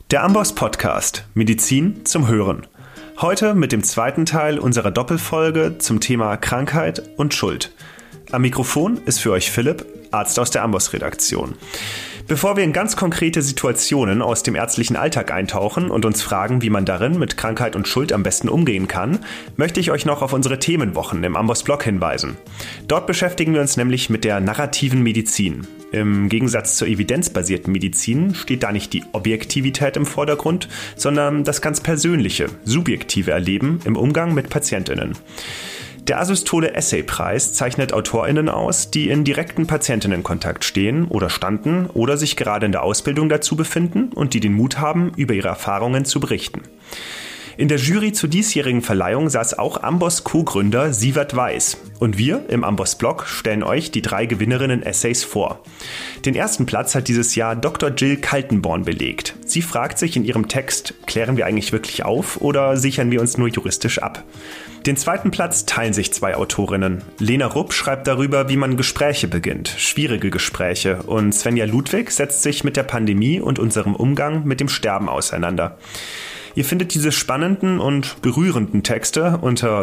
Der Amboss Podcast Medizin zum Hören. Heute mit dem zweiten Teil unserer Doppelfolge zum Thema Krankheit und Schuld. Am Mikrofon ist für euch Philipp, Arzt aus der Amboss-Redaktion. Bevor wir in ganz konkrete Situationen aus dem ärztlichen Alltag eintauchen und uns fragen, wie man darin mit Krankheit und Schuld am besten umgehen kann, möchte ich euch noch auf unsere Themenwochen im Amboss-Blog hinweisen. Dort beschäftigen wir uns nämlich mit der narrativen Medizin. Im Gegensatz zur evidenzbasierten Medizin steht da nicht die Objektivität im Vordergrund, sondern das ganz persönliche, subjektive Erleben im Umgang mit PatientInnen. Der Asystole Essay-Preis zeichnet AutorInnen aus, die in direkten PatientInnenkontakt stehen oder standen oder sich gerade in der Ausbildung dazu befinden und die den Mut haben, über ihre Erfahrungen zu berichten. In der Jury zur diesjährigen Verleihung saß auch Amboss Co-Gründer Sievert Weiß. Und wir im Amboss-Blog stellen euch die 3 Gewinnerinnen-Essays vor. Den ersten Platz hat dieses Jahr Dr. Jill Kaltenborn belegt. Sie fragt sich in ihrem Text, klären wir eigentlich wirklich auf oder sichern wir uns nur juristisch ab? Den zweiten Platz teilen sich 2 Autorinnen. Lena Rupp schreibt darüber, wie man Gespräche beginnt, schwierige Gespräche. Und Svenja Ludwig setzt sich mit der Pandemie und unserem Umgang mit dem Sterben auseinander. Ihr findet diese spannenden und berührenden Texte unter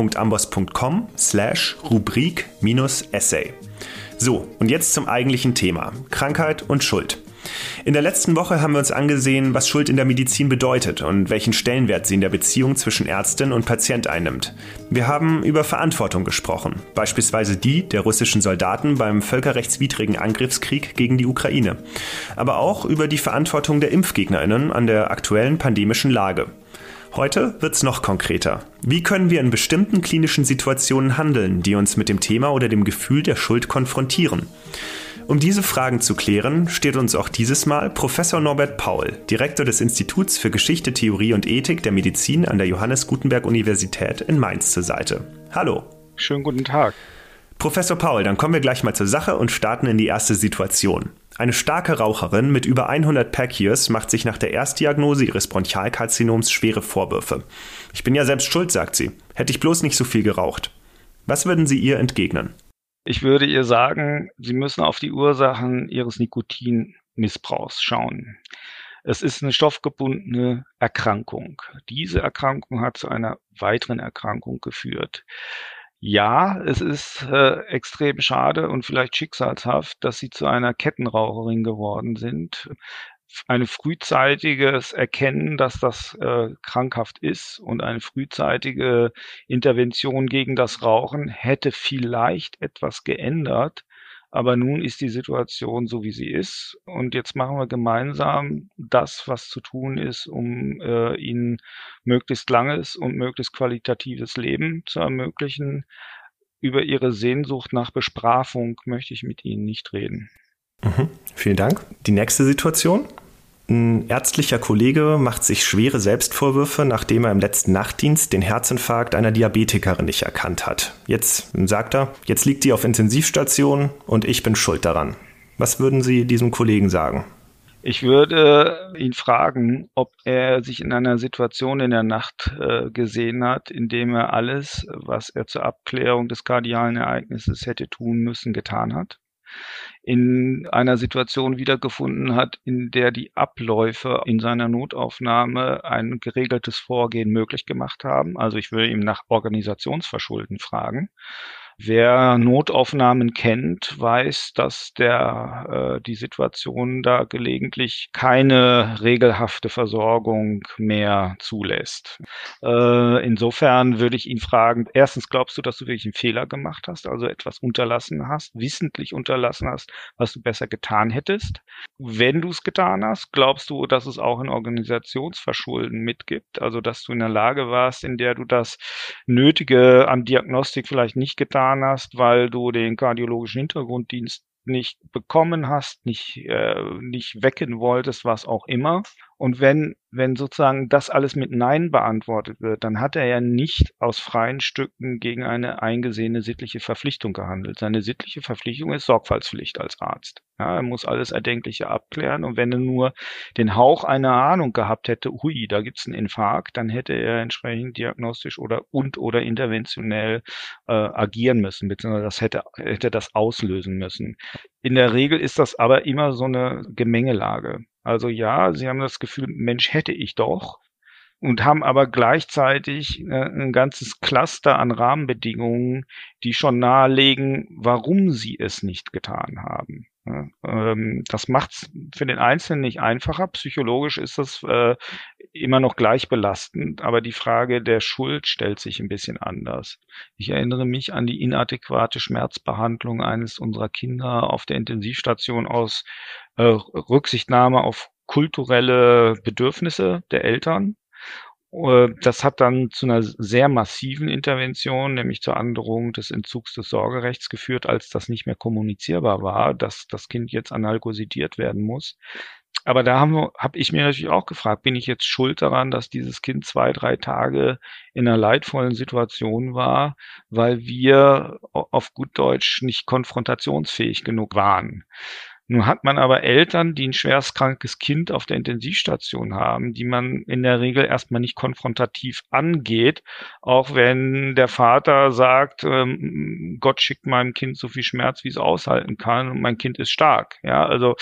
go.amboss.com/Rubrik-Essay. So, und jetzt zum eigentlichen Thema: Krankheit und Schuld. In der letzten Woche haben wir uns angesehen, was Schuld in der Medizin bedeutet und welchen Stellenwert sie in der Beziehung zwischen Ärztin und Patient einnimmt. Wir haben über Verantwortung gesprochen, beispielsweise die der russischen Soldaten beim völkerrechtswidrigen Angriffskrieg gegen die Ukraine, aber auch über die Verantwortung der ImpfgegnerInnen an der aktuellen pandemischen Lage. Heute wird's noch konkreter. Wie können wir in bestimmten klinischen Situationen handeln, die uns mit dem Thema oder dem Gefühl der Schuld konfrontieren? Um diese Fragen zu klären, steht uns auch dieses Mal Professor Norbert Paul, Direktor des Instituts für Geschichte, Theorie und Ethik der Medizin an der Johannes Gutenberg Universität in Mainz zur Seite. Hallo. Schönen guten Tag. Professor Paul, dann kommen wir gleich mal zur Sache und starten in die erste Situation. Eine starke Raucherin mit über 100 Pack-Years macht sich nach der Erstdiagnose ihres Bronchialkarzinoms schwere Vorwürfe. Ich bin ja selbst schuld, sagt sie. Hätte ich bloß nicht so viel geraucht. Was würden Sie ihr entgegnen? Ich würde ihr sagen, Sie müssen auf die Ursachen Ihres Nikotinmissbrauchs schauen. Es ist eine stoffgebundene Erkrankung. Diese Erkrankung hat zu einer weiteren Erkrankung geführt. Ja, es ist extrem schade und vielleicht schicksalshaft, dass Sie zu einer Kettenraucherin geworden sind. Ein frühzeitiges Erkennen, dass das krankhaft ist und eine frühzeitige Intervention gegen das Rauchen hätte vielleicht etwas geändert. Aber nun ist die Situation so, wie sie ist. Und jetzt machen wir gemeinsam das, was zu tun ist, um ihnen möglichst langes und möglichst qualitatives Leben zu ermöglichen. Über ihre Sehnsucht nach Bestrafung möchte ich mit Ihnen nicht reden. Vielen Dank. Die nächste Situation? Ein ärztlicher Kollege macht sich schwere Selbstvorwürfe, nachdem er im letzten Nachtdienst den Herzinfarkt einer Diabetikerin nicht erkannt hat. Jetzt sagt er, jetzt liegt die auf Intensivstation und ich bin schuld daran. Was würden Sie diesem Kollegen sagen? Ich würde ihn fragen, ob er sich in einer Situation in der Nacht gesehen hat, in dem er alles, was er zur Abklärung des kardialen Ereignisses hätte tun müssen, getan hat. In einer Situation wiedergefunden hat, in der die Abläufe in seiner Notaufnahme ein geregeltes Vorgehen möglich gemacht haben. Also ich würde ihm nach Organisationsverschulden fragen. Wer Notaufnahmen kennt, weiß, dass die Situation da gelegentlich keine regelhafte Versorgung mehr zulässt. Insofern würde ich ihn fragen, erstens, glaubst du, dass du wirklich einen Fehler gemacht hast, also etwas unterlassen hast, wissentlich unterlassen hast, was du besser getan hättest? Wenn du es getan hast, glaubst du, dass es auch ein Organisationsverschulden mitgibt, also dass du in der Lage warst, in der du das Nötige an Diagnostik vielleicht nicht getan hast, weil du den kardiologischen Hintergrunddienst nicht bekommen hast, nicht wecken wolltest, was auch immer. Und wenn sozusagen das alles mit Nein beantwortet wird, dann hat er ja nicht aus freien Stücken gegen eine eingesehene sittliche Verpflichtung gehandelt. Seine sittliche Verpflichtung ist Sorgfaltspflicht als Arzt. Ja, er muss alles Erdenkliche abklären und wenn er nur den Hauch einer Ahnung gehabt hätte, hui, da gibt's einen Infarkt, dann hätte er entsprechend diagnostisch oder interventionell agieren müssen, beziehungsweise das hätte das auslösen müssen. In der Regel ist das aber immer so eine Gemengelage. Also ja, sie haben das Gefühl, Mensch, hätte ich doch. Und haben aber gleichzeitig ein ganzes Cluster an Rahmenbedingungen, die schon nahelegen, warum sie es nicht getan haben. Ja, das macht es für den Einzelnen nicht einfacher. Psychologisch ist das immer noch gleich belastend, aber die Frage der Schuld stellt sich ein bisschen anders. Ich erinnere mich an die inadäquate Schmerzbehandlung eines unserer Kinder auf der Intensivstation aus Rücksichtnahme auf kulturelle Bedürfnisse der Eltern. Das hat dann zu einer sehr massiven Intervention, nämlich zur Androhung des Entzugs des Sorgerechts geführt, als das nicht mehr kommunizierbar war, dass das Kind jetzt analgosidiert werden muss. Aber da habe ich mir natürlich auch gefragt, bin ich jetzt schuld daran, dass dieses Kind 2, 3 Tage in einer leidvollen Situation war, weil wir auf gut Deutsch nicht konfrontationsfähig genug waren? Nun hat man aber Eltern, die ein schwerstkrankes Kind auf der Intensivstation haben, die man in der Regel erstmal nicht konfrontativ angeht, auch wenn der Vater sagt, Gott schickt meinem Kind so viel Schmerz, wie es aushalten kann, und mein Kind ist stark. Ja, also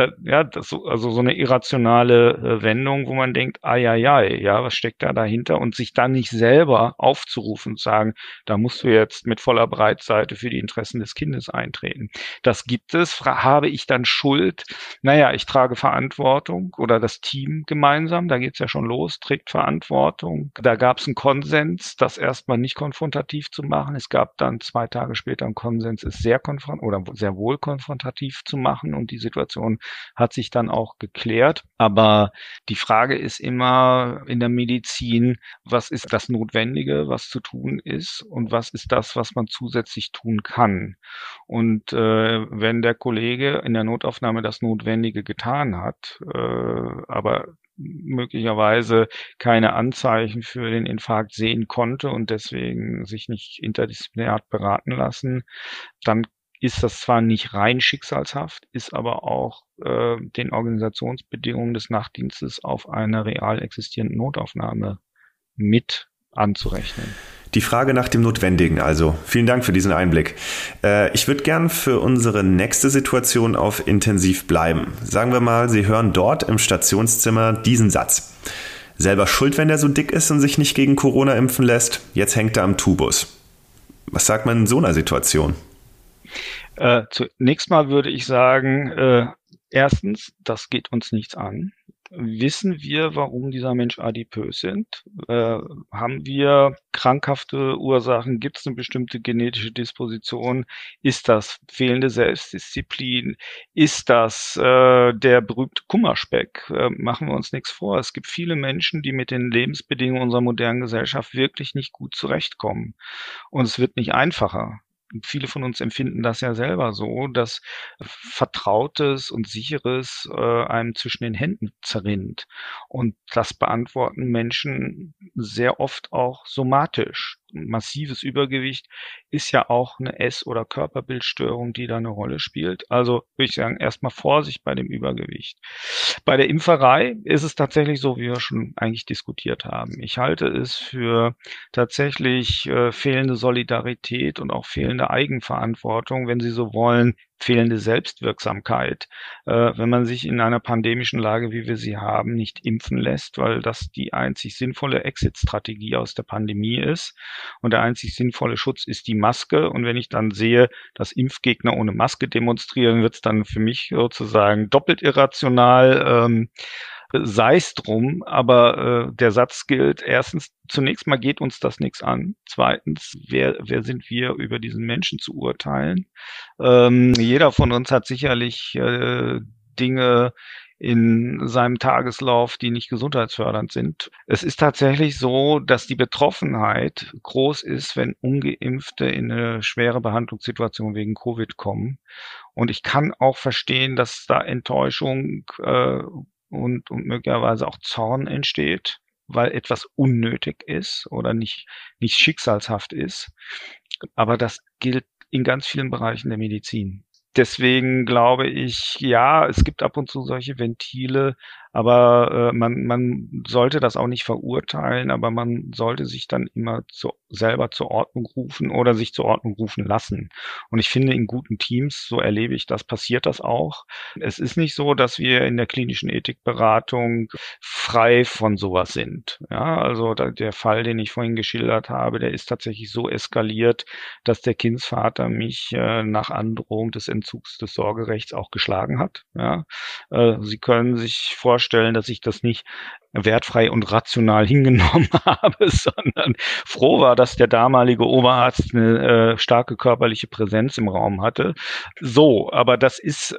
also so eine irrationale Wendung, wo man denkt, ai, ja, was steckt da dahinter? Und sich dann nicht selber aufzurufen und sagen, da musst du jetzt mit voller Breitseite für die Interessen des Kindes eintreten. Das gibt es. Habe ich dann Schuld? Naja, ich trage Verantwortung oder das Team gemeinsam, da geht's ja schon los, trägt Verantwortung. Da gab es einen Konsens, das erstmal nicht konfrontativ zu machen. Es gab dann 2 Tage später einen Konsens, es sehr wohl konfrontativ zu machen, und die Situation hat sich dann auch geklärt. Aber die Frage ist immer in der Medizin, was ist das Notwendige, was zu tun ist, und was ist das, was man zusätzlich tun kann? Und wenn der Kollege in der Notaufnahme das Notwendige getan hat, aber möglicherweise keine Anzeichen für den Infarkt sehen konnte und deswegen sich nicht interdisziplinär hat beraten lassen, dann ist das zwar nicht rein schicksalshaft, ist aber auch den Organisationsbedingungen des Nachtdienstes auf einer real existierenden Notaufnahme mit anzurechnen. Die Frage nach dem Notwendigen also. Vielen Dank für diesen Einblick. Ich würde gern für unsere nächste Situation auf Intensiv bleiben. Sagen wir mal, Sie hören dort im Stationszimmer diesen Satz. Selber schuld, wenn der so dick ist und sich nicht gegen Corona impfen lässt. Jetzt hängt er am Tubus. Was sagt man in so einer Situation? Zunächst mal würde ich sagen, erstens, das geht uns nichts an. Wissen wir, warum dieser Mensch adipös sind? Haben wir krankhafte Ursachen? Gibt es eine bestimmte genetische Disposition? Ist das fehlende Selbstdisziplin? Ist das der berühmte Kummerspeck? Machen wir uns nichts vor. Es gibt viele Menschen, die mit den Lebensbedingungen unserer modernen Gesellschaft wirklich nicht gut zurechtkommen. Und es wird nicht einfacher. Viele von uns empfinden das ja selber so, dass Vertrautes und Sicheres einem zwischen den Händen zerrinnt. Und das beantworten Menschen sehr oft auch somatisch. Massives Übergewicht ist ja auch eine Ess- oder Körperbildstörung, die da eine Rolle spielt. Also würde ich sagen, erstmal Vorsicht bei dem Übergewicht. Bei der Impferei ist es tatsächlich so, wie wir schon eigentlich diskutiert haben. Ich halte es für tatsächlich fehlende Solidarität und auch fehlende Eigenverantwortung, wenn Sie so wollen, fehlende Selbstwirksamkeit, wenn man sich in einer pandemischen Lage, wie wir sie haben, nicht impfen lässt, weil das die einzig sinnvolle Exit-Strategie aus der Pandemie ist. Und der einzig sinnvolle Schutz ist die Maske. Und wenn ich dann sehe, dass Impfgegner ohne Maske demonstrieren, wird es dann für mich sozusagen doppelt irrational. Sei es drum, aber der Satz gilt: Erstens, zunächst mal geht uns das nichts an. Zweitens, wer sind wir, über diesen Menschen zu urteilen? Jeder von uns hat sicherlich Dinge in seinem Tageslauf, die nicht gesundheitsfördernd sind. Es ist tatsächlich so, dass die Betroffenheit groß ist, wenn Ungeimpfte in eine schwere Behandlungssituation wegen Covid kommen. Und ich kann auch verstehen, dass da Enttäuschung und möglicherweise auch Zorn entsteht, weil etwas unnötig ist oder nicht schicksalshaft ist. Aber das gilt in ganz vielen Bereichen der Medizin. Deswegen glaube ich, ja, es gibt ab und zu solche Ventile, Aber man sollte das auch nicht verurteilen, aber man sollte sich dann immer selber zur Ordnung rufen oder sich zur Ordnung rufen lassen. Und ich finde, in guten Teams, so erlebe ich das, passiert das auch. Es ist nicht so, dass wir in der klinischen Ethikberatung frei von sowas sind. Ja, also der Fall, den ich vorhin geschildert habe, der ist tatsächlich so eskaliert, dass der Kindsvater mich nach Androhung des Entzugs des Sorgerechts auch geschlagen hat. Ja, Sie können sich vorstellen, dass ich das nicht wertfrei und rational hingenommen habe, sondern froh war, dass der damalige Oberarzt eine starke körperliche Präsenz im Raum hatte. So, aber das ist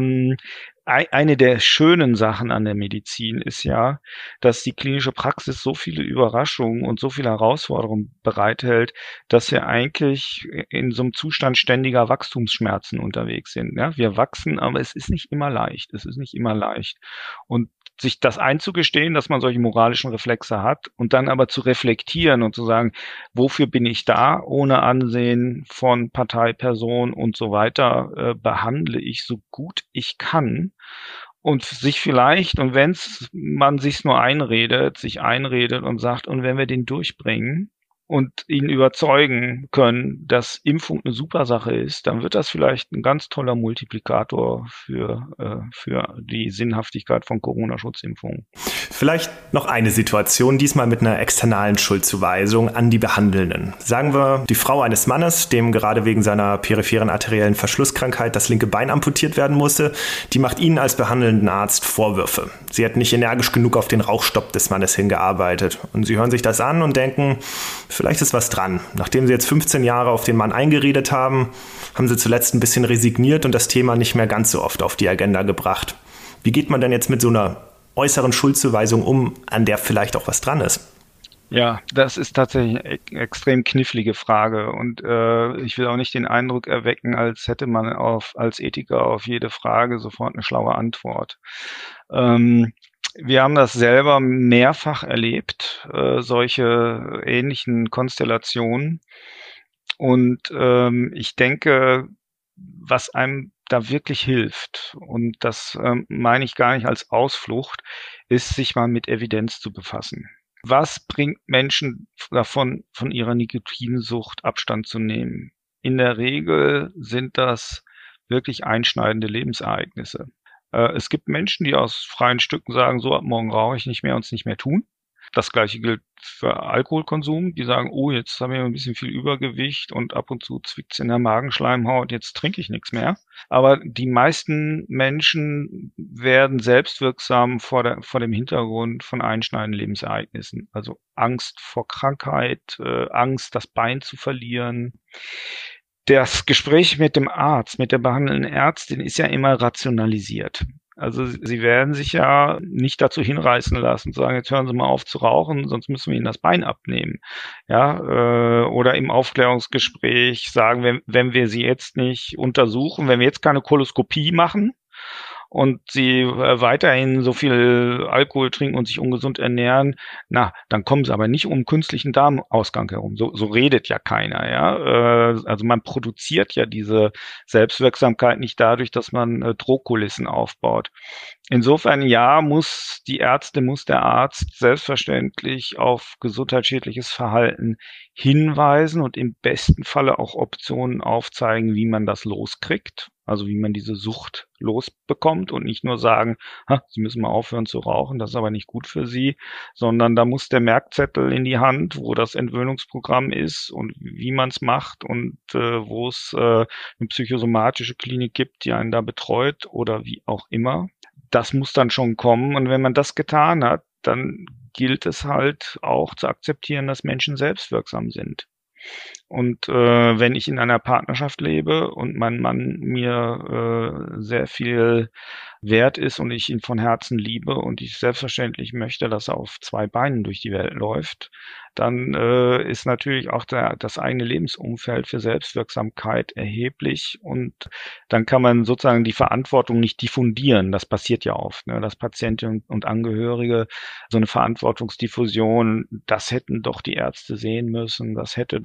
eine der schönen Sachen an der Medizin ist ja, dass die klinische Praxis so viele Überraschungen und so viele Herausforderungen bereithält, dass wir eigentlich in so einem Zustand ständiger Wachstumsschmerzen unterwegs sind. Ja, wir wachsen, aber es ist nicht immer leicht. Es ist nicht immer leicht. Und sich das einzugestehen, dass man solche moralischen Reflexe hat und dann aber zu reflektieren und zu sagen, wofür bin ich da, ohne Ansehen von Partei, Person und so weiter, behandle ich so gut ich kann und sich vielleicht, und wenn man sich's nur einredet, sich einredet und sagt, und wenn wir den durchbringen und ihn überzeugen können, dass Impfung eine super Sache ist, dann wird das vielleicht ein ganz toller Multiplikator für die Sinnhaftigkeit von Corona-Schutzimpfungen. Vielleicht noch eine Situation, diesmal mit einer externalen Schuldzuweisung an die Behandelnden. Sagen wir, die Frau eines Mannes, dem gerade wegen seiner peripheren arteriellen Verschlusskrankheit das linke Bein amputiert werden musste, die macht Ihnen als behandelnden Arzt Vorwürfe. Sie hat nicht energisch genug auf den Rauchstopp des Mannes hingearbeitet. Und Sie hören sich das an und denken, vielleicht ist was dran. Nachdem Sie jetzt 15 Jahre auf den Mann eingeredet haben, haben Sie zuletzt ein bisschen resigniert und das Thema nicht mehr ganz so oft auf die Agenda gebracht. Wie geht man denn jetzt mit so einer äußeren Schuldzuweisung um, an der vielleicht auch was dran ist? Ja, das ist tatsächlich eine extrem knifflige Frage und ich will auch nicht den Eindruck erwecken, als hätte man als Ethiker auf jede Frage sofort eine schlaue Antwort. Wir haben das selber mehrfach erlebt, solche ähnlichen Konstellationen. Und ich denke, was einem da wirklich hilft, und das meine ich gar nicht als Ausflucht, ist, sich mal mit Evidenz zu befassen. Was bringt Menschen davon, von ihrer Nikotinsucht Abstand zu nehmen? In der Regel sind das wirklich einschneidende Lebensereignisse. Es gibt Menschen, die aus freien Stücken sagen, so ab morgen rauche ich nicht mehr und es nicht mehr tun. Das Gleiche gilt für Alkoholkonsum. Die sagen, oh, jetzt haben wir ein bisschen viel Übergewicht und ab und zu zwickt's in der Magenschleimhaut, jetzt trinke ich nichts mehr. Aber die meisten Menschen werden selbstwirksam vor dem Hintergrund von einschneidenden Lebensereignissen. Also Angst vor Krankheit, Angst, das Bein zu verlieren. Das Gespräch mit dem Arzt, mit der behandelnden Ärztin ist ja immer rationalisiert. Also Sie werden sich ja nicht dazu hinreißen lassen, zu sagen, jetzt hören Sie mal auf zu rauchen, sonst müssen wir Ihnen das Bein abnehmen. Ja, oder im Aufklärungsgespräch sagen, wenn wir Sie jetzt nicht untersuchen, wenn wir jetzt keine Koloskopie machen und Sie weiterhin so viel Alkohol trinken und sich ungesund ernähren, dann kommen Sie aber nicht um künstlichen Darmausgang herum. So redet ja keiner, ja. Also man produziert ja diese Selbstwirksamkeit nicht dadurch, dass man Drohkulissen aufbaut. Insofern, ja, muss der Arzt selbstverständlich auf gesundheitsschädliches Verhalten hinweisen und im besten Falle auch Optionen aufzeigen, wie man das loskriegt. Also wie man diese Sucht losbekommt und nicht nur sagen, Sie müssen mal aufhören zu rauchen, das ist aber nicht gut für Sie, sondern da muss der Merkzettel in die Hand, wo das Entwöhnungsprogramm ist und wie man es macht und wo es eine psychosomatische Klinik gibt, die einen da betreut oder wie auch immer. Das muss dann schon kommen und wenn man das getan hat, dann gilt es halt auch zu akzeptieren, dass Menschen selbstwirksam sind. Und wenn ich in einer Partnerschaft lebe und mein Mann mir sehr viel wert ist und ich ihn von Herzen liebe und ich selbstverständlich möchte, dass er auf zwei Beinen durch die Welt läuft, dann ist natürlich auch das eigene Lebensumfeld für Selbstwirksamkeit erheblich und dann kann man sozusagen die Verantwortung nicht diffundieren. Das passiert ja oft, ne? Dass Patienten und Angehörige so eine Verantwortungsdiffusion, das hätten doch die Ärzte sehen müssen, das hätte doch anders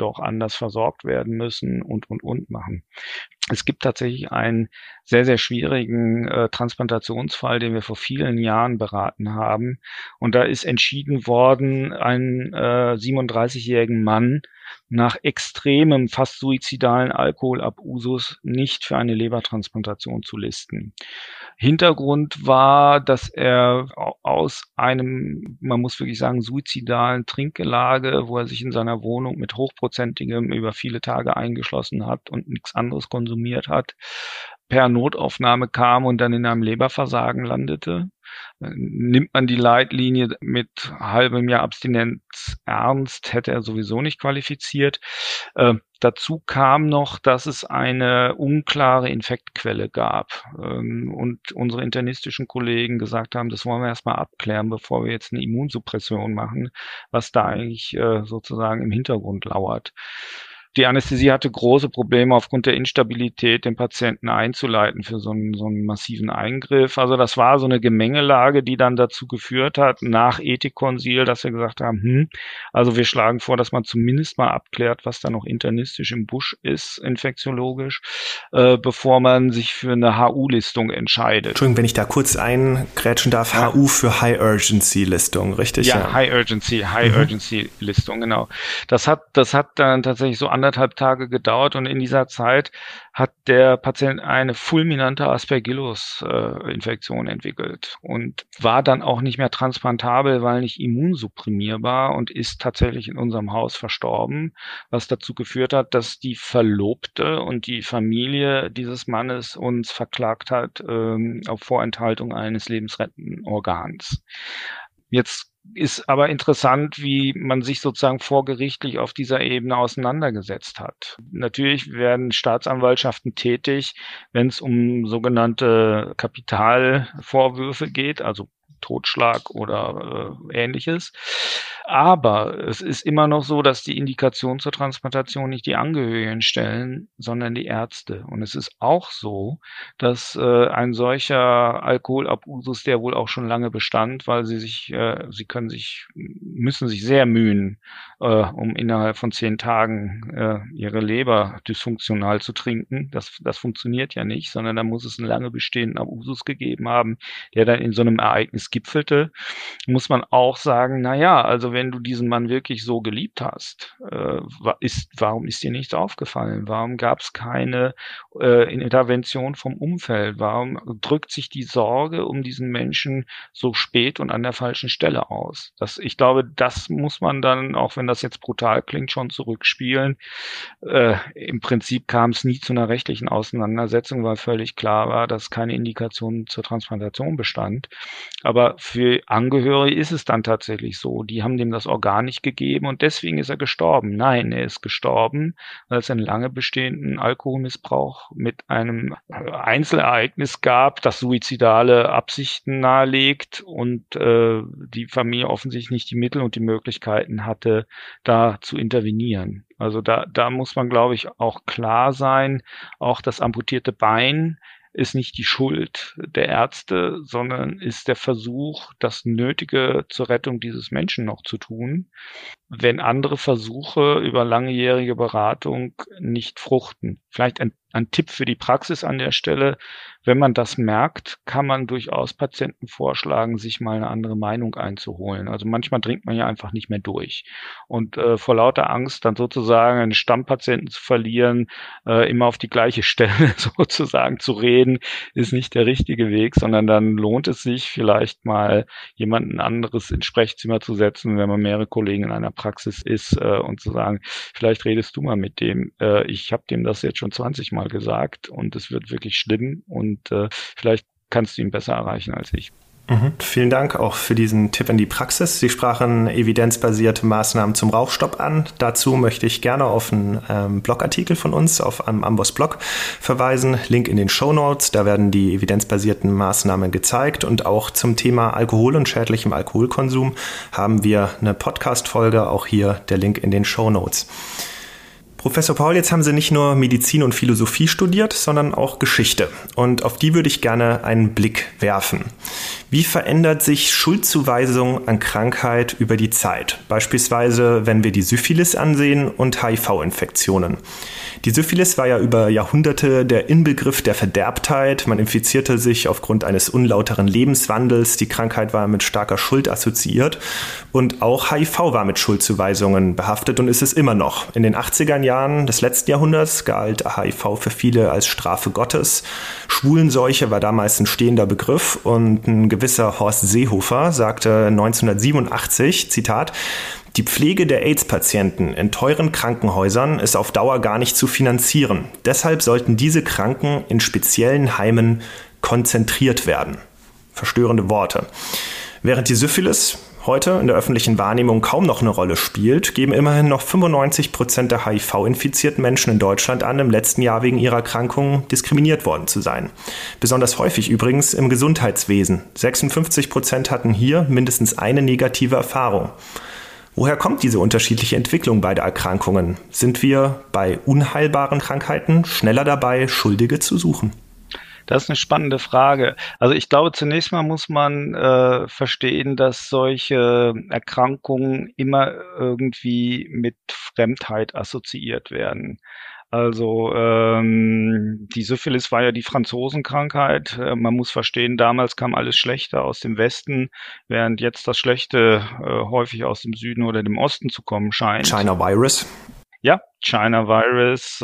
mehrmals versorgt werden müssen und machen. Es gibt tatsächlich einen sehr, sehr schwierigen Transplantationsfall, den wir vor vielen Jahren beraten haben. Und da ist entschieden worden, einen 37-jährigen Mann nach extremem, fast suizidalen Alkoholabusus nicht für eine Lebertransplantation zu listen. Hintergrund war, dass er aus einem, man muss wirklich sagen, suizidalen Trinkgelage, wo er sich in seiner Wohnung mit hochprozentigem über viele Tage eingeschlossen hat und nichts anderes konsumiert hat, per Notaufnahme kam und dann in einem Leberversagen landete. Nimmt man die Leitlinie mit halbem Jahr Abstinenz ernst, hätte er sowieso nicht qualifiziert. Dazu kam noch, dass es eine unklare Infektquelle gab und unsere internistischen Kollegen gesagt haben, das wollen wir erstmal abklären, bevor wir jetzt eine Immunsuppression machen, was da eigentlich sozusagen im Hintergrund lauert. Die Anästhesie hatte große Probleme aufgrund der Instabilität, den Patienten einzuleiten für so einen massiven Eingriff. Also das war so eine Gemengelage, die dann dazu geführt hat, nach Ethikkonsil, dass wir gesagt haben, also wir schlagen vor, dass man zumindest mal abklärt, was da noch internistisch im Busch ist, infektiologisch, bevor man sich für eine HU-Listung entscheidet. Entschuldigung, wenn ich da kurz eingrätschen darf, ja. HU für High-Urgency-Listung, richtig? Ja, High-Urgency-Listung, genau. Das hat dann tatsächlich so 1,5 Tage gedauert und in dieser Zeit hat der Patient eine fulminante Aspergillus-Infektion entwickelt und war dann auch nicht mehr transplantabel, weil nicht immunsupprimierbar und ist tatsächlich in unserem Haus verstorben, was dazu geführt hat, dass die Verlobte und die Familie dieses Mannes uns verklagt hat auf Vorenthaltung eines lebensrettenden Organs. Jetzt ist aber interessant, wie man sich sozusagen vorgerichtlich auf dieser Ebene auseinandergesetzt hat. Natürlich werden Staatsanwaltschaften tätig, wenn es um sogenannte Kapitalvorwürfe geht, also Totschlag oder Ähnliches. Aber es ist immer noch so, dass die Indikation zur Transplantation nicht die Angehörigen stellen, sondern die Ärzte. Und es ist auch so, dass ein solcher Alkoholabusus, der wohl auch schon lange bestand, weil sie müssen sich sehr mühen, um innerhalb von 10 Tagen ihre Leber dysfunktional zu trinken. Das funktioniert ja nicht, sondern da muss es einen lange bestehenden Abusus gegeben haben, der dann in so einem Ereignis gipfelte. Muss man auch sagen, also wenn du diesen Mann wirklich so geliebt hast, warum ist dir nichts aufgefallen? Warum gab es keine Intervention vom Umfeld? Warum drückt sich die Sorge um diesen Menschen so spät und an der falschen Stelle aus? Ich glaube, das muss man dann, auch wenn das jetzt brutal klingt, schon zurückspielen. Im Prinzip kam es nie zu einer rechtlichen Auseinandersetzung, weil völlig klar war, dass keine Indikation zur Transplantation bestand. Aber für Angehörige ist es dann tatsächlich so. Die haben dem das Organ nicht gegeben und deswegen ist er gestorben. Nein, er ist gestorben, weil es einen lange bestehenden Alkoholmissbrauch mit einem Einzelereignis gab, das suizidale Absichten nahelegt und die Familie offensichtlich nicht die Mittel und die Möglichkeiten hatte, da zu intervenieren. Also da muss man, glaube ich, auch klar sein, auch das amputierte Bein ist nicht die Schuld der Ärzte, sondern ist der Versuch, das Nötige zur Rettung dieses Menschen noch zu tun, wenn andere Versuche über langjährige Beratung nicht fruchten. Vielleicht ein Tipp für die Praxis an der Stelle: Wenn man das merkt, kann man durchaus Patienten vorschlagen, sich mal eine andere Meinung einzuholen. Also manchmal dringt man ja einfach nicht mehr durch. Und vor lauter Angst, dann sozusagen einen Stammpatienten zu verlieren, immer auf die gleiche Stelle sozusagen zu reden, ist nicht der richtige Weg, sondern dann lohnt es sich vielleicht mal, jemanden anderes ins Sprechzimmer zu setzen, wenn man mehrere Kollegen in einer Praxis ist, und zu sagen, vielleicht redest du mal mit dem. Ich habe dem das jetzt schon 20 Mal gesagt und es wird wirklich schlimm und vielleicht kannst du ihn besser erreichen als ich. Vielen Dank auch für diesen Tipp in die Praxis. Sie sprachen evidenzbasierte Maßnahmen zum Rauchstopp an. Dazu möchte ich gerne auf einen Blogartikel von uns auf einem Amboss-Blog verweisen. Link in den Shownotes. Da werden die evidenzbasierten Maßnahmen gezeigt. Und auch zum Thema Alkohol und schädlichem Alkoholkonsum haben wir eine Podcast-Folge. Auch hier der Link in den Shownotes. Professor Paul, jetzt haben Sie nicht nur Medizin und Philosophie studiert, sondern auch Geschichte. Und auf die würde ich gerne einen Blick werfen. Wie verändert sich Schuldzuweisung an Krankheit über die Zeit? Beispielsweise, wenn wir die Syphilis ansehen und HIV-Infektionen. Die Syphilis war ja über Jahrhunderte der Inbegriff der Verderbtheit. Man infizierte sich aufgrund eines unlauteren Lebenswandels. Die Krankheit war mit starker Schuld assoziiert. Und auch HIV war mit Schuldzuweisungen behaftet und ist es immer noch. In den 80er Jahren des letzten Jahrhunderts galt HIV für viele als Strafe Gottes. Schwulenseuche war damals ein stehender Begriff und ein gewisser Horst Seehofer sagte 1987, Zitat, die Pflege der AIDS-Patienten in teuren Krankenhäusern ist auf Dauer gar nicht zu finanzieren. Deshalb sollten diese Kranken in speziellen Heimen konzentriert werden. Verstörende Worte. Während die Syphilis heute in der öffentlichen Wahrnehmung kaum noch eine Rolle spielt, geben immerhin noch 95% der HIV-infizierten Menschen in Deutschland an, im letzten Jahr wegen ihrer Erkrankung diskriminiert worden zu sein. Besonders häufig übrigens im Gesundheitswesen. 56% hatten hier mindestens eine negative Erfahrung. Woher kommt diese unterschiedliche Entwicklung beider Erkrankungen? Sind wir bei unheilbaren Krankheiten schneller dabei, Schuldige zu suchen? Das ist eine spannende Frage. Also ich glaube, zunächst mal muss man verstehen, dass solche Erkrankungen immer irgendwie mit Fremdheit assoziiert werden. Also die Syphilis war ja die Franzosenkrankheit. Man muss verstehen, damals kam alles Schlechte aus dem Westen, während jetzt das Schlechte häufig aus dem Süden oder dem Osten zu kommen scheint. China Virus. Ja, China Virus,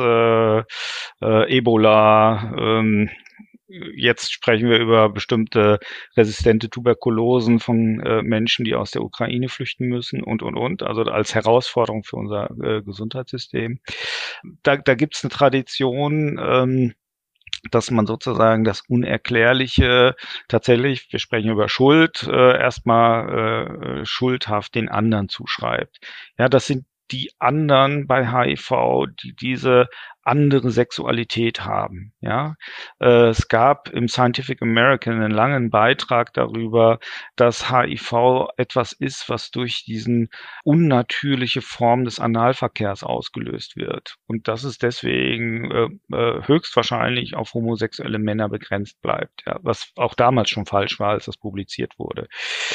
Ebola. Jetzt sprechen wir über bestimmte resistente Tuberkulosen von Menschen, die aus der Ukraine flüchten müssen und. Also als Herausforderung für unser Gesundheitssystem. Da gibt es eine Tradition, dass man sozusagen das Unerklärliche tatsächlich, wir sprechen über Schuld, erstmal schuldhaft den anderen zuschreibt. Ja, das sind die anderen bei HIV, die diese andere Sexualität haben. Ja, es gab im Scientific American einen langen Beitrag darüber, dass HIV etwas ist, was durch diesen unnatürliche Form des Analverkehrs ausgelöst wird und dass es deswegen höchstwahrscheinlich auf homosexuelle Männer begrenzt bleibt. Ja, was auch damals schon falsch war, als das publiziert wurde.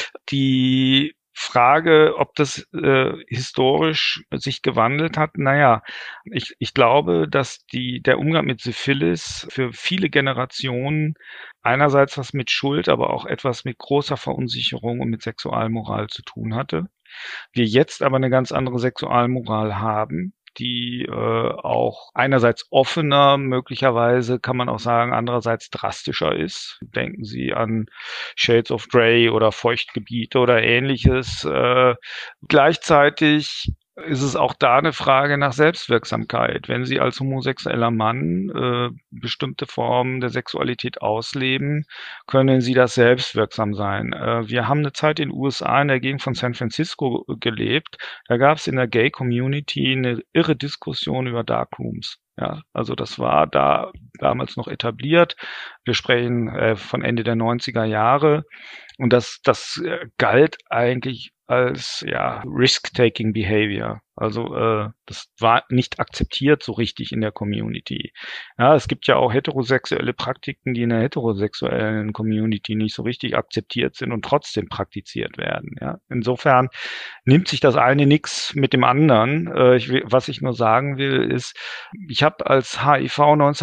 Die Frage, ob das historisch sich gewandelt hat, naja, ich glaube, dass der Umgang mit Syphilis für viele Generationen einerseits was mit Schuld, aber auch etwas mit großer Verunsicherung und mit Sexualmoral zu tun hatte. Wir jetzt aber eine ganz andere Sexualmoral haben, die auch einerseits offener, möglicherweise kann man auch sagen, andererseits drastischer ist. Denken Sie an Shades of Grey oder Feuchtgebiete oder Ähnliches. Gleichzeitig ist es auch da eine Frage nach Selbstwirksamkeit. Wenn Sie als homosexueller Mann bestimmte Formen der Sexualität ausleben, können Sie das selbstwirksam sein. Wir haben eine Zeit in den USA in der Gegend von San Francisco gelebt. Da gab es in der Gay-Community eine irre Diskussion über Darkrooms. Ja, also das war da damals noch etabliert. Wir sprechen von Ende der 90er Jahre. Und das galt eigentlich als Risk-Taking Behavior. Also das war nicht akzeptiert so richtig in der Community. Ja, es gibt ja auch heterosexuelle Praktiken, die in der heterosexuellen Community nicht so richtig akzeptiert sind und trotzdem praktiziert werden. Ja, insofern nimmt sich das eine nichts mit dem anderen. Was ich nur sagen will, ist, ich habe als HIV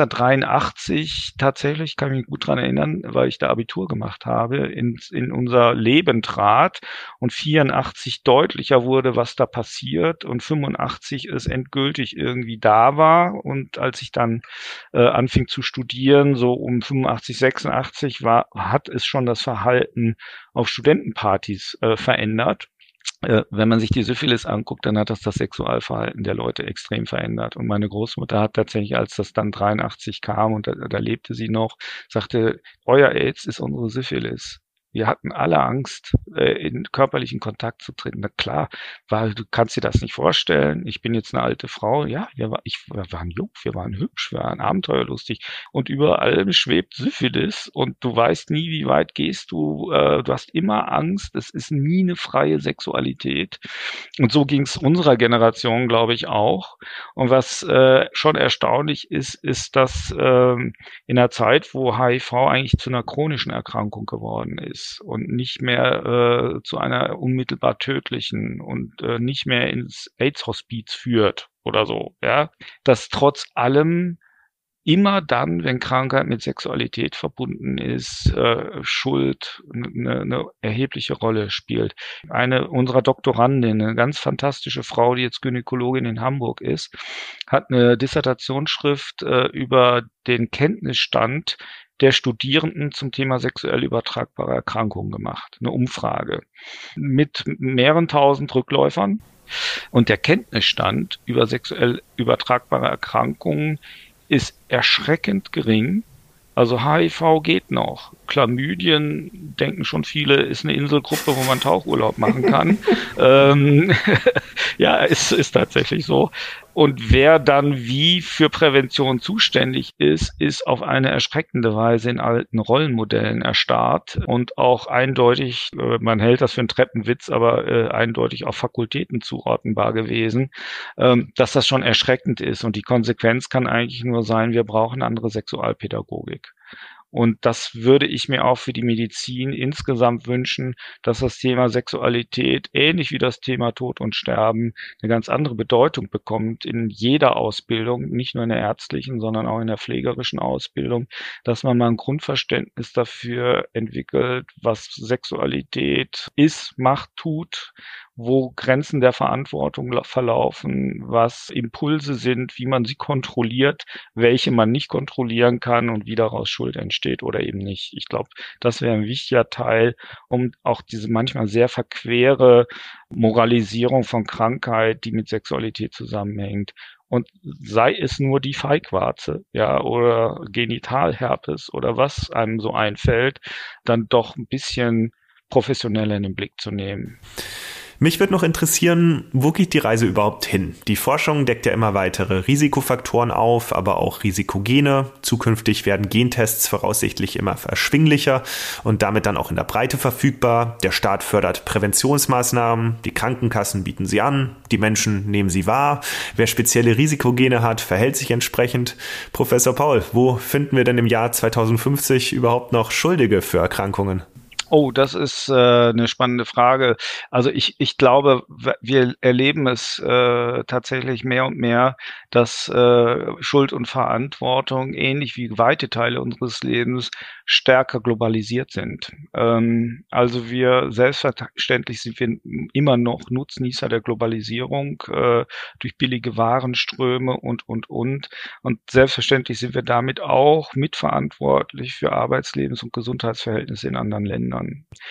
1983 tatsächlich, kann ich mich gut dran erinnern, weil ich da Abitur gemacht habe, in unser Leben trat und 84 deutlicher wurde, was da passiert und 85 es endgültig irgendwie da war und als ich dann anfing zu studieren, so um 85, 86 hat es schon das Verhalten auf Studentenpartys verändert. Wenn man sich die Syphilis anguckt, dann hat das Sexualverhalten der Leute extrem verändert. Und meine Großmutter hat tatsächlich, als das dann 83 kam und da lebte sie noch, sagte, euer AIDS ist unsere Syphilis. Wir hatten alle Angst, in körperlichen Kontakt zu treten. Na klar, du kannst dir das nicht vorstellen. Ich bin jetzt eine alte Frau. Ja, wir waren jung, wir waren hübsch, wir waren abenteuerlustig. Und überall schwebt Syphilis und du weißt nie, wie weit gehst du. Du hast immer Angst. Es ist nie eine freie Sexualität. Und so ging es unserer Generation, glaube ich, auch. Und was schon erstaunlich ist, dass in einer Zeit, wo HIV eigentlich zu einer chronischen Erkrankung geworden ist und nicht mehr zu einer unmittelbar tödlichen und nicht mehr ins AIDS-Hospiz führt oder so, ja, dass trotz allem immer dann, wenn Krankheit mit Sexualität verbunden ist, Schuld eine erhebliche Rolle spielt. Eine unserer Doktorandinnen, eine ganz fantastische Frau, die jetzt Gynäkologin in Hamburg ist, hat eine Dissertationsschrift über den Kenntnisstand der Studierenden zum Thema sexuell übertragbare Erkrankungen gemacht. Eine Umfrage mit mehreren tausend Rückläufern. Und der Kenntnisstand über sexuell übertragbare Erkrankungen ist erschreckend gering. Also HIV geht noch. Chlamydien, denken schon viele, ist eine Inselgruppe, wo man Tauchurlaub machen kann. Ja, ist tatsächlich so. Und wer dann wie für Prävention zuständig ist auf eine erschreckende Weise in alten Rollenmodellen erstarrt und auch eindeutig, man hält das für einen Treppenwitz, aber eindeutig auf Fakultäten zuordnenbar gewesen, dass das schon erschreckend ist. Und die Konsequenz kann eigentlich nur sein, wir brauchen andere Sexualpädagogik. Und das würde ich mir auch für die Medizin insgesamt wünschen, dass das Thema Sexualität, ähnlich wie das Thema Tod und Sterben, eine ganz andere Bedeutung bekommt in jeder Ausbildung, nicht nur in der ärztlichen, sondern auch in der pflegerischen Ausbildung, dass man mal ein Grundverständnis dafür entwickelt, was Sexualität ist, macht, tut, wo Grenzen der Verantwortung verlaufen, was Impulse sind, wie man sie kontrolliert, welche man nicht kontrollieren kann und wie daraus Schuld entsteht oder eben nicht. Ich glaube, das wäre ein wichtiger Teil, um auch diese manchmal sehr verquere Moralisierung von Krankheit, die mit Sexualität zusammenhängt, und sei es nur die Feigwarze, ja, oder Genitalherpes oder was einem so einfällt, dann doch ein bisschen professioneller in den Blick zu nehmen. Mich würde noch interessieren, wo geht die Reise überhaupt hin? Die Forschung deckt ja immer weitere Risikofaktoren auf, aber auch Risikogene. Zukünftig werden Gentests voraussichtlich immer erschwinglicher und damit dann auch in der Breite verfügbar. Der Staat fördert Präventionsmaßnahmen, die Krankenkassen bieten sie an, die Menschen nehmen sie wahr. Wer spezielle Risikogene hat, verhält sich entsprechend. Professor Paul, wo finden wir denn im Jahr 2050 überhaupt noch Schuldige für Erkrankungen? Oh, das ist eine spannende Frage. Also ich glaube, wir erleben es tatsächlich mehr und mehr, dass Schuld und Verantwortung, ähnlich wie weite Teile unseres Lebens, stärker globalisiert sind. Also selbstverständlich sind wir immer noch Nutznießer der Globalisierung durch billige Warenströme und. Und selbstverständlich sind wir damit auch mitverantwortlich für Arbeitslebens- und Gesundheitsverhältnisse in anderen Ländern.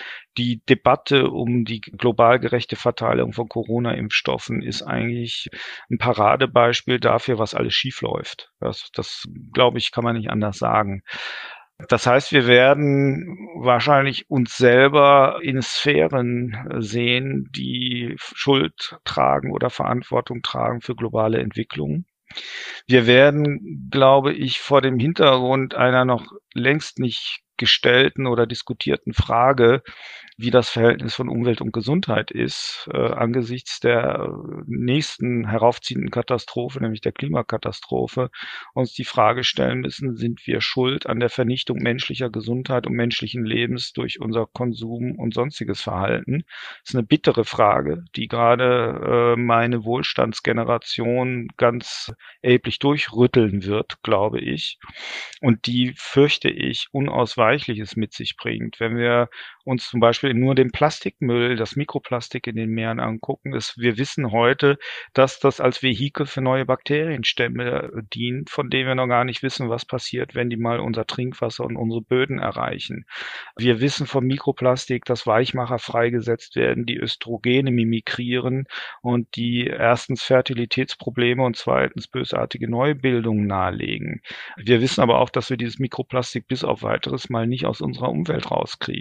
Die Debatte um die global gerechte Verteilung von Corona-Impfstoffen ist eigentlich ein Paradebeispiel dafür, was alles schiefläuft. Das glaube ich, kann man nicht anders sagen. Das heißt, wir werden wahrscheinlich uns selber in Sphären sehen, die Schuld tragen oder Verantwortung tragen für globale Entwicklungen. Wir werden, glaube ich, vor dem Hintergrund einer noch längst nicht gestellten oder diskutierten Frage, wie das Verhältnis von Umwelt und Gesundheit ist, angesichts der nächsten heraufziehenden Katastrophe, nämlich der Klimakatastrophe, uns die Frage stellen müssen, sind wir schuld an der Vernichtung menschlicher Gesundheit und menschlichen Lebens durch unser Konsum und sonstiges Verhalten? Das ist eine bittere Frage, die gerade meine Wohlstandsgeneration ganz erheblich durchrütteln wird, glaube ich, und die, fürchte ich, Unausweichliches mit sich bringt. Wenn wir uns zum Beispiel nur den Plastikmüll, das Mikroplastik in den Meeren angucken, wir wissen heute, dass das als Vehikel für neue Bakterienstämme dient, von denen wir noch gar nicht wissen, was passiert, wenn die mal unser Trinkwasser und unsere Böden erreichen. Wir wissen vom Mikroplastik, dass Weichmacher freigesetzt werden, die Östrogene mimikrieren und die erstens Fertilitätsprobleme und zweitens bösartige Neubildungen nahelegen. Wir wissen aber auch, dass wir dieses Mikroplastik bis auf weiteres mal nicht aus unserer Umwelt rauskriegen.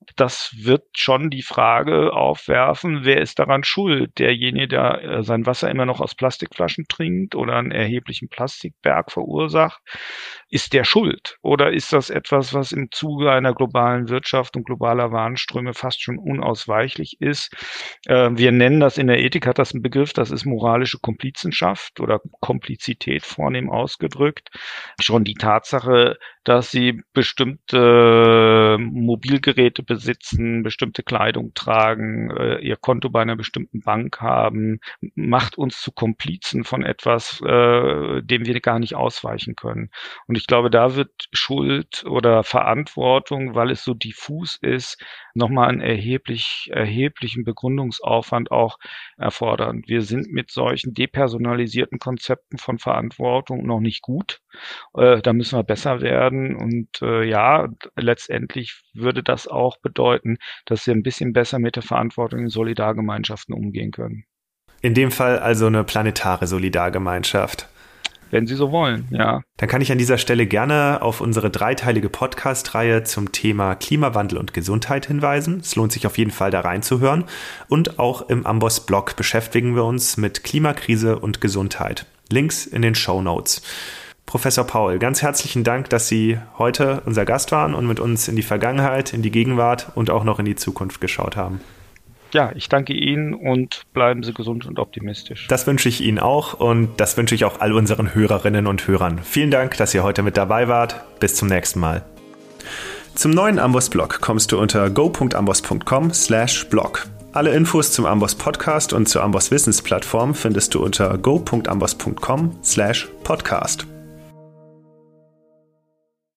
das wird schon die Frage aufwerfen, wer ist daran schuld? Derjenige, der sein Wasser immer noch aus Plastikflaschen trinkt oder einen erheblichen Plastikberg verursacht, ist der schuld? Oder ist das etwas, was im Zuge einer globalen Wirtschaft und globaler Warenströme fast schon unausweichlich ist? Wir nennen das in der Ethik, hat das einen Begriff, das ist moralische Komplizenschaft oder Komplizität vornehm ausgedrückt. Schon die Tatsache, dass sie bestimmte Mobilgeräte besitzen, bestimmte Kleidung tragen, ihr Konto bei einer bestimmten Bank haben, macht uns zu Komplizen von etwas, dem wir gar nicht ausweichen können. Und ich glaube, da wird Schuld oder Verantwortung, weil es so diffus ist, nochmal einen erheblichen Begründungsaufwand auch erfordern. Wir sind mit solchen depersonalisierten Konzepten von Verantwortung noch nicht gut. Da müssen wir besser werden. Und letztendlich würde das auch bedeuten, dass wir ein bisschen besser mit der Verantwortung in Solidargemeinschaften umgehen können. In dem Fall also eine planetare Solidargemeinschaft. Wenn Sie so wollen, ja. Dann kann ich an dieser Stelle gerne auf unsere dreiteilige Podcast-Reihe zum Thema Klimawandel und Gesundheit hinweisen. Es lohnt sich auf jeden Fall, da reinzuhören. Und auch im Amboss-Blog beschäftigen wir uns mit Klimakrise und Gesundheit. Links in den Shownotes. Professor Paul, ganz herzlichen Dank, dass Sie heute unser Gast waren und mit uns in die Vergangenheit, in die Gegenwart und auch noch in die Zukunft geschaut haben. Ja, ich danke Ihnen und bleiben Sie gesund und optimistisch. Das wünsche ich Ihnen auch und das wünsche ich auch all unseren Hörerinnen und Hörern. Vielen Dank, dass ihr heute mit dabei wart. Bis zum nächsten Mal. Zum neuen Amboss-Blog kommst du unter go.amboss.com/blog. Alle Infos zum Amboss Podcast und zur Amboss Wissensplattform findest du unter go.amboss.com/podcast.